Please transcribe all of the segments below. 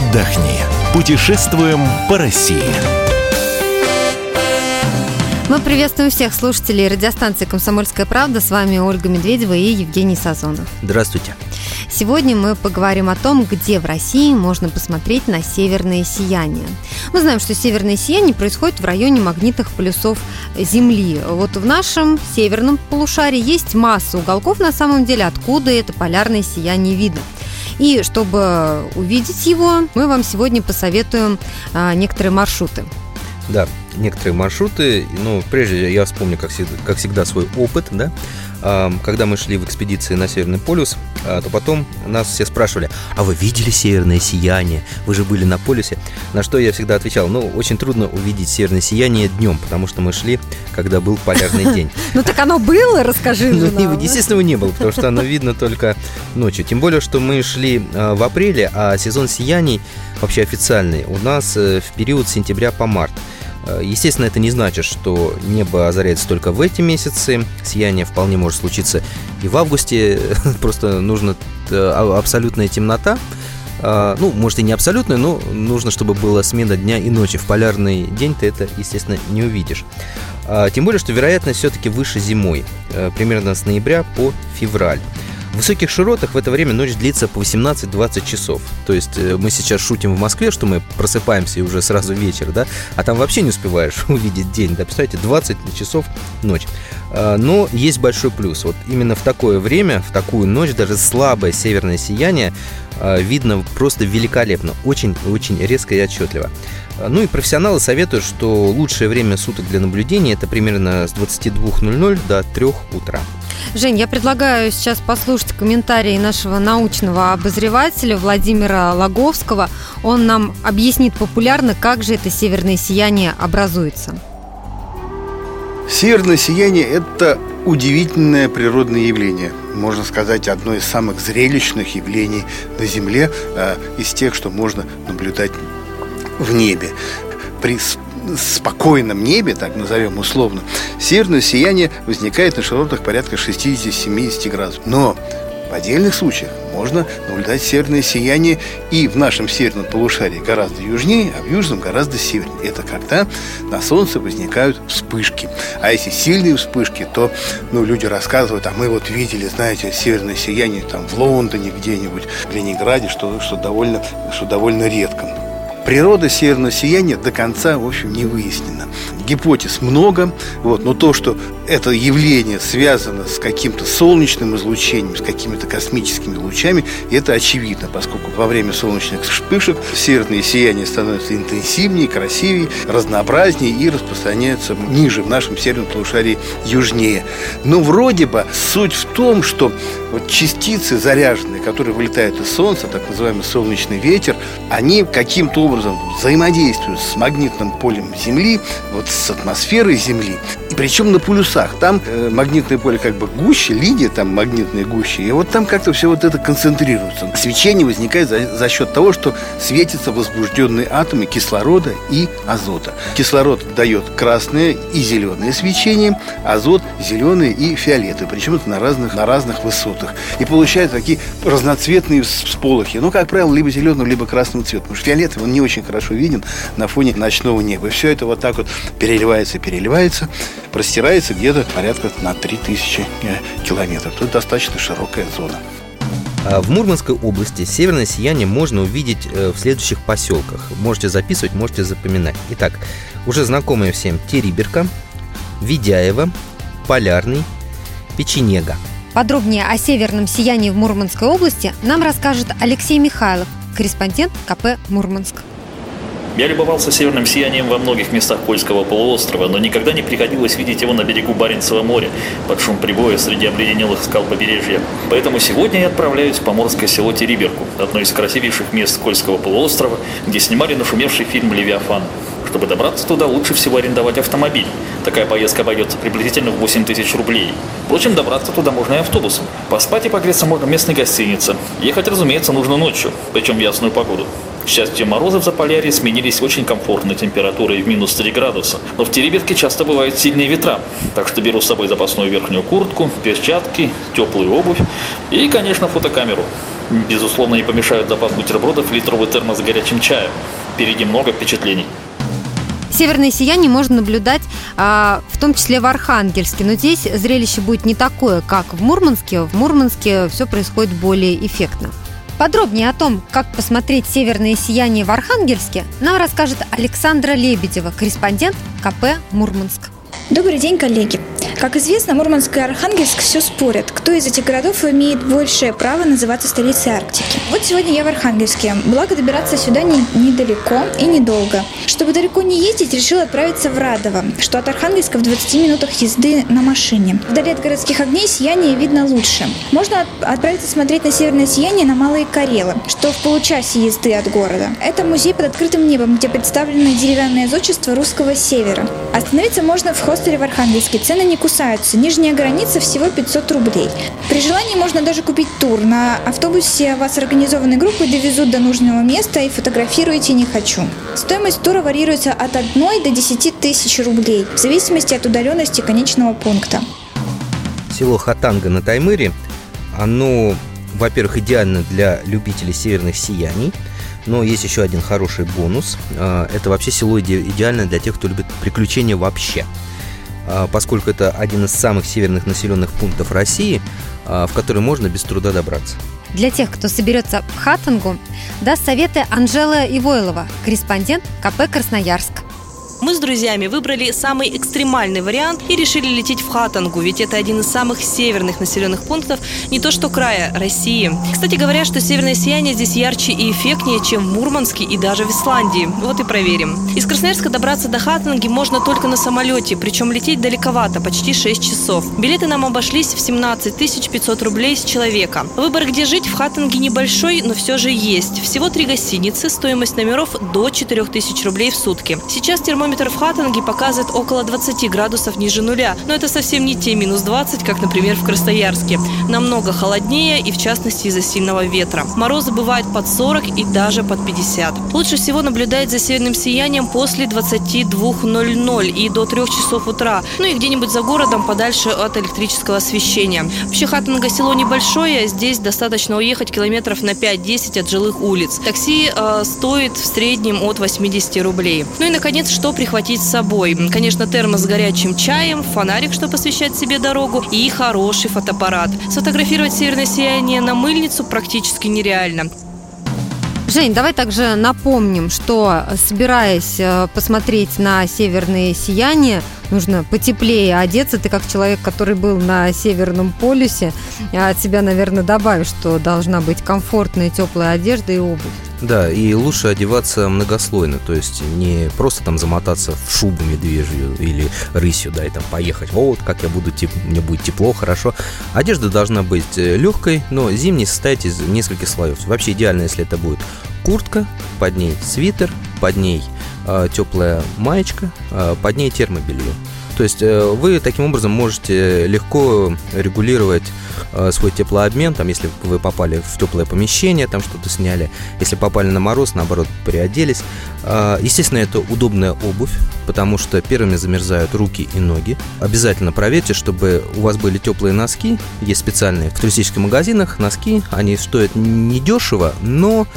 отдохни. Путешествуем по России. Мы приветствуем всех слушателей радиостанции «Комсомольская правда». С вами Ольга Медведева и Евгений Сазонов. Здравствуйте. Сегодня мы поговорим о том, где в России можно посмотреть на северное сияние. Мы знаем, что северное сияние происходит в районе магнитных полюсов Земли. Вот в нашем северном полушарии есть масса уголков, на самом деле, откуда это полярное сияние видно. И чтобы увидеть его, мы вам сегодня посоветуем некоторые маршруты. Да, некоторые маршруты. Ну, прежде я вспомню, как всегда, свой опыт, да. Когда мы шли в экспедиции на Северный полюс, то потом нас все спрашивали: а вы видели северное сияние? Вы же были на полюсе. На что я всегда отвечал: очень трудно увидеть северное сияние днем, потому что мы шли, когда был полярный день. Ну так оно было, расскажи же нам. Естественно, не было, потому что оно видно только ночью. Тем более, что мы шли в апреле, а сезон сияний вообще официальный у нас в период с сентября по март. Естественно, это не значит, что небо озаряется только в эти месяцы. Сияние вполне может случиться и в августе. Просто нужна абсолютная темнота. Может и не абсолютная, но нужно, чтобы была смена дня и ночи. В полярный день ты это, естественно, не увидишь. Тем более, что вероятность все-таки выше зимой. Примерно с ноября по февраль. В высоких широтах в это время ночь длится по 18-20 часов. То есть мы сейчас шутим в Москве, что мы просыпаемся и уже сразу вечер, да? А там вообще не успеваешь увидеть день, да? Представляете, 20 часов ночь. Но есть большой плюс. Вот именно в такое время, в такую ночь, даже слабое северное сияние видно просто великолепно. Очень резко и отчетливо. И профессионалы советуют, что лучшее время суток для наблюдения — это примерно с 22:00 до 3 утра. Жень, я предлагаю сейчас послушать комментарии нашего научного обозревателя Владимира Логовского. Он нам объяснит популярно, как же это северное сияние образуется. Северное сияние – это удивительное природное явление. Можно сказать, одно из самых зрелищных явлений на Земле, из тех, что можно наблюдать в небе. При спокойном небе, так назовем условно, северное сияние возникает на широтах порядка 60-70 градусов. Но в отдельных случаях можно наблюдать северное сияние и в нашем северном полушарии гораздо южнее, а в южном гораздо севернее. Это когда на Солнце возникают вспышки. А если сильные вспышки, то люди рассказывают: а мы вот видели, знаете, северное сияние там в Лондоне где-нибудь, в Ленинграде, что довольно редко. Природа северного сияния до конца, в общем, не выяснена. Гипотез много, но то, что это явление связано с каким-то солнечным излучением, с какими-то космическими лучами, это очевидно, поскольку во время солнечных вспышек северное сияние становится интенсивнее, красивее, разнообразнее и распространяется ниже, в нашем северном полушарии южнее. Но вроде бы суть в том, что частицы заряженные, которые вылетают из Солнца, так называемый солнечный ветер, они каким-то образом взаимодействуют с магнитным полем Земли, с атмосферой Земли, и причем на полюсах. Там магнитное поле как бы гуще, линия там магнитная гуще, и там как-то все это концентрируется. Свечение возникает за счет того, что светятся возбужденные атомы кислорода и азота. Кислород дает красное и зеленое свечение, азот зеленое и фиолетовое, причем это на разных высотах. И получаются такие разноцветные всполохи. Как правило, либо зеленого, либо красного цвета. Потому что фиолетовый, он не очень хорошо виден на фоне ночного неба. И все это вот так вот переливается, простирается где-то порядка на 3000 километров. Это достаточно широкая зона. В Мурманской области северное сияние можно увидеть в следующих поселках. Можете записывать, можете запоминать. Итак, уже знакомые всем Териберка, Ведяево, Полярный, Печенега. Подробнее о северном сиянии в Мурманской области нам расскажет Алексей Михайлов, корреспондент КП «Мурманск». Я любовался северным сиянием во многих местах Кольского полуострова, но никогда не приходилось видеть его на берегу Баренцева моря, под шум прибоя среди обледенелых скал побережья. Поэтому сегодня я отправляюсь в поморское село Териберку, одно из красивейших мест Кольского полуострова, где снимали нашумевший фильм «Левиафан». Чтобы добраться туда, лучше всего арендовать автомобиль. Такая поездка обойдется приблизительно в 8000 рублей. Впрочем, добраться туда можно и автобусом. Поспать и погреться можно в местной гостинице. Ехать, разумеется, нужно ночью, причем в ясную погоду. К счастью, морозы в Заполярье сменились очень комфортной температурой в минус 3 градуса. Но в Териберке часто бывают сильные ветра, так что беру с собой запасную верхнюю куртку, перчатки, теплую обувь и, конечно, фотокамеру. Безусловно, не помешают запас бутербродов и литровый термос с горячим чаем. Впереди много впечатлений. Северное сияние можно наблюдать в том числе в Архангельске, но здесь зрелище будет не такое, как в Мурманске. В Мурманске все происходит более эффектно. Подробнее о том, как посмотреть северное сияние в Архангельске, нам расскажет Александра Лебедева, корреспондент КП «Мурманск». Добрый день, коллеги! Как известно, Мурманск и Архангельск все спорят, кто из этих городов имеет большее право называться столицей Арктики. Вот сегодня я в Архангельске, благо добираться сюда недалеко и недолго. Чтобы далеко не ездить, решила отправиться в Радово, что от Архангельска в 20 минутах езды на машине. Вдали от городских огней сияние видно лучше. Можно отправиться смотреть на северное сияние на Малые Карелы, что в получасе езды от города. Это музей под открытым небом, где представлено деревянное зодчество русского севера. Остановиться можно в хостеле в Архангельске, цены не кусаются, нижняя граница всего 500 рублей. При желании можно даже купить тур. На автобусе вас организованной группой довезут до нужного места и фотографируйте не хочу. Стоимость тура варьируется от 1 до 10 тысяч рублей, в зависимости от удаленности конечного пункта. Село Хатанга на Таймыре, оно, во-первых, идеально для любителей северных сияний, но есть еще один хороший бонус. Это вообще село идеально для тех, кто любит приключения вообще. Поскольку это один из самых северных населенных пунктов России, в который можно без труда добраться. Для тех, кто соберется в Хатангу, даст советы Анжела Ивойлова, корреспондент КП «Красноярск». Мы с друзьями выбрали самый экстремальный вариант и решили лететь в Хатангу, ведь это один из самых северных населенных пунктов не то что края, России. Кстати говоря, что северное сияние здесь ярче и эффектнее, чем в Мурманске и даже в Исландии. Вот и проверим. Из Красноярска добраться до Хатанги можно только на самолете, причем лететь далековато, почти 6 часов. Билеты нам обошлись в 17 500 рублей с человека. Выбор, где жить, в Хатанге небольшой, но все же есть. Всего 3 гостиницы, стоимость номеров до 4000 рублей в сутки. Сейчас термометр в Хатанге показывает около 20 градусов ниже нуля, но это совсем не те минус 20, как, например, в Красноярске. Намного холоднее и, в частности, из-за сильного ветра. Морозы бывают под 40 и даже под 50. Лучше всего наблюдать за северным сиянием после 22:00 и до 3 часов утра, ну и где-нибудь за городом подальше от электрического освещения. Вообще Хатанга село небольшое, здесь достаточно уехать километров на 5-10 от жилых улиц. Такси стоит в среднем от 80 рублей. Ну и, наконец, что прихватить с собой? Конечно, термос с горячим чаем, фонарик, чтобы освещать себе дорогу, и хороший фотоаппарат. Сфотографировать северное сияние на мыльницу практически нереально. Жень, давай также напомним, что, собираясь посмотреть на северное сияние, нужно потеплее одеться. Ты как человек, который был на Северном полюсе, от себя, наверное, добавишь, что должна быть комфортная теплая одежда и обувь. Да, и лучше одеваться многослойно, то есть не просто там замотаться в шубу медвежью или рысью, да, и там поехать, вот как я буду, мне будет тепло, хорошо. Одежда должна быть легкой, но зимней, состоять из нескольких слоев. Вообще идеально, если это будет куртка, под ней свитер, под ней теплая маечка, под ней термобелье. То есть вы таким образом можете легко регулировать свой теплообмен, там, если вы попали в теплое помещение, там что-то сняли, если попали на мороз, наоборот, приоделись. Естественно, это удобная обувь, потому что первыми замерзают руки и ноги. Обязательно проверьте, чтобы у вас были теплые носки. Есть специальные в туристических магазинах носки, они стоят недешево, но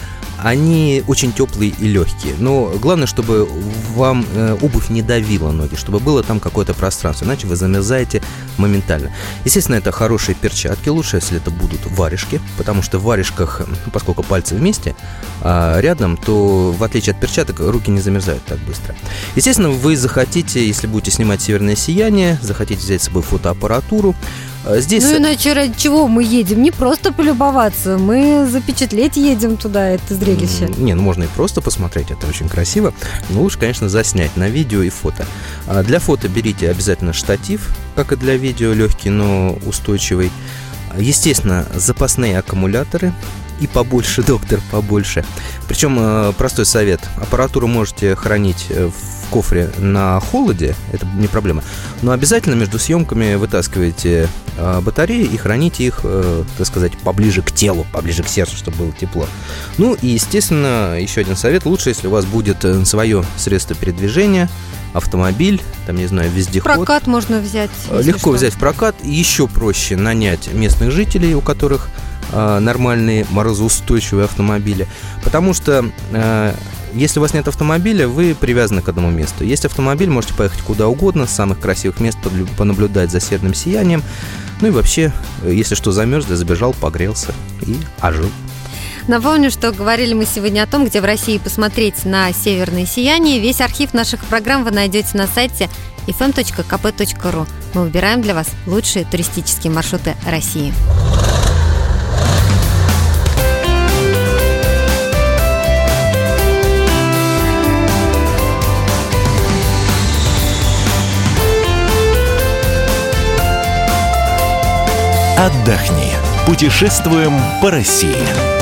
они очень теплые и легкие. Но главное, чтобы вам обувь не давила ноги, чтобы было там какое-то пространство, иначе вы замерзаете моментально. Естественно, это хорошие перчатки, лучше, если это будут варежки, потому что в варежках, поскольку пальцы вместе, рядом, то в отличие от перчаток руки не замерзают так быстро. Естественно, вы захотите, если будете снимать северное сияние, захотите взять с собой фотоаппаратуру. Здесь... Ну иначе ради чего мы едем? Не просто полюбоваться, мы запечатлеть едем туда это зрелище. Не, ну можно и просто посмотреть, это очень красиво. Но лучше, конечно, заснять на видео и фото. Для фото берите обязательно штатив, как и для видео, легкий, но устойчивый. Естественно, запасные аккумуляторы и побольше, доктор, побольше. Причем простой совет. Аппаратуру можете хранить в кофре на холоде, это не проблема. Но обязательно между съемками вытаскивайте батареи и храните их, так сказать, поближе к телу, поближе к сердцу, чтобы было тепло. Ну и, естественно, еще один совет. Лучше, если у вас будет свое средство передвижения, автомобиль, там, не знаю, вездеход. Прокат можно взять. Легко взять в прокат. Еще проще нанять местных жителей, у которых нормальные морозоустойчивые автомобили. Потому что если у вас нет автомобиля, вы привязаны к одному месту. Есть автомобиль, можете поехать куда угодно, с самых красивых мест понаблюдать за северным сиянием. Ну и вообще, если что, замерзли, забежал, погрелся и ожил. Напомню, что говорили мы сегодня о том, где в России посмотреть на северное сияние. Весь архив наших программ вы найдете на сайте fm.kp.ru. Мы выбираем для вас лучшие туристические маршруты России. Отдохни. Путешествуем по России.